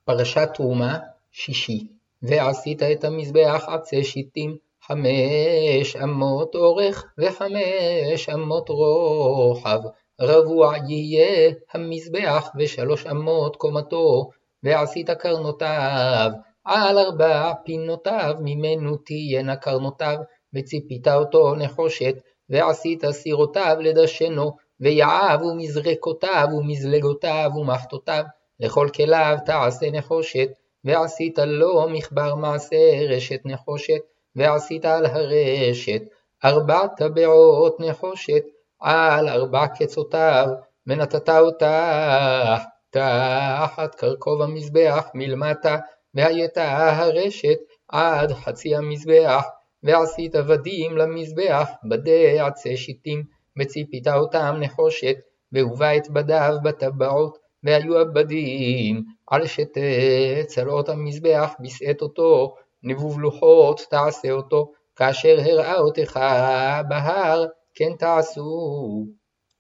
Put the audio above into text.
פרשת תרומה שישי. ועשית את המזבח עצי שיטים 5 אמות אורך ו5 אמות רוחב, רבוע יהיה המזבח ו3 אמות קומתו, ועשית קרנותיו על 4 פינותיו, ממנו תהיינה קרנותיו, וציפית אותו נחושת, ועשית סירותיו לדשנו, ויעב ומזרקותיו ומזלגותיו ומחתותיו, לכל כליו תעשה נחושת, ועשית לו מחבר מעשה רשת נחושת, ועשית על הרשת 4 טבעות נחושת על 4 קצותיו, ונתת אותה תחת קרקוב המזבח מלמטה, והייתה הרשת עד חצי המזבח. ועשית עבדים למזבח בדי עצי שיטים, וציפית אותם נחושת, והובא את בדיו בטבעות, והיו עבדים על שתי צלעות המזבח, בשאת אותו, נבוב לוחות תעשה אותו, כאשר הראה אותך בהר כן תעשו.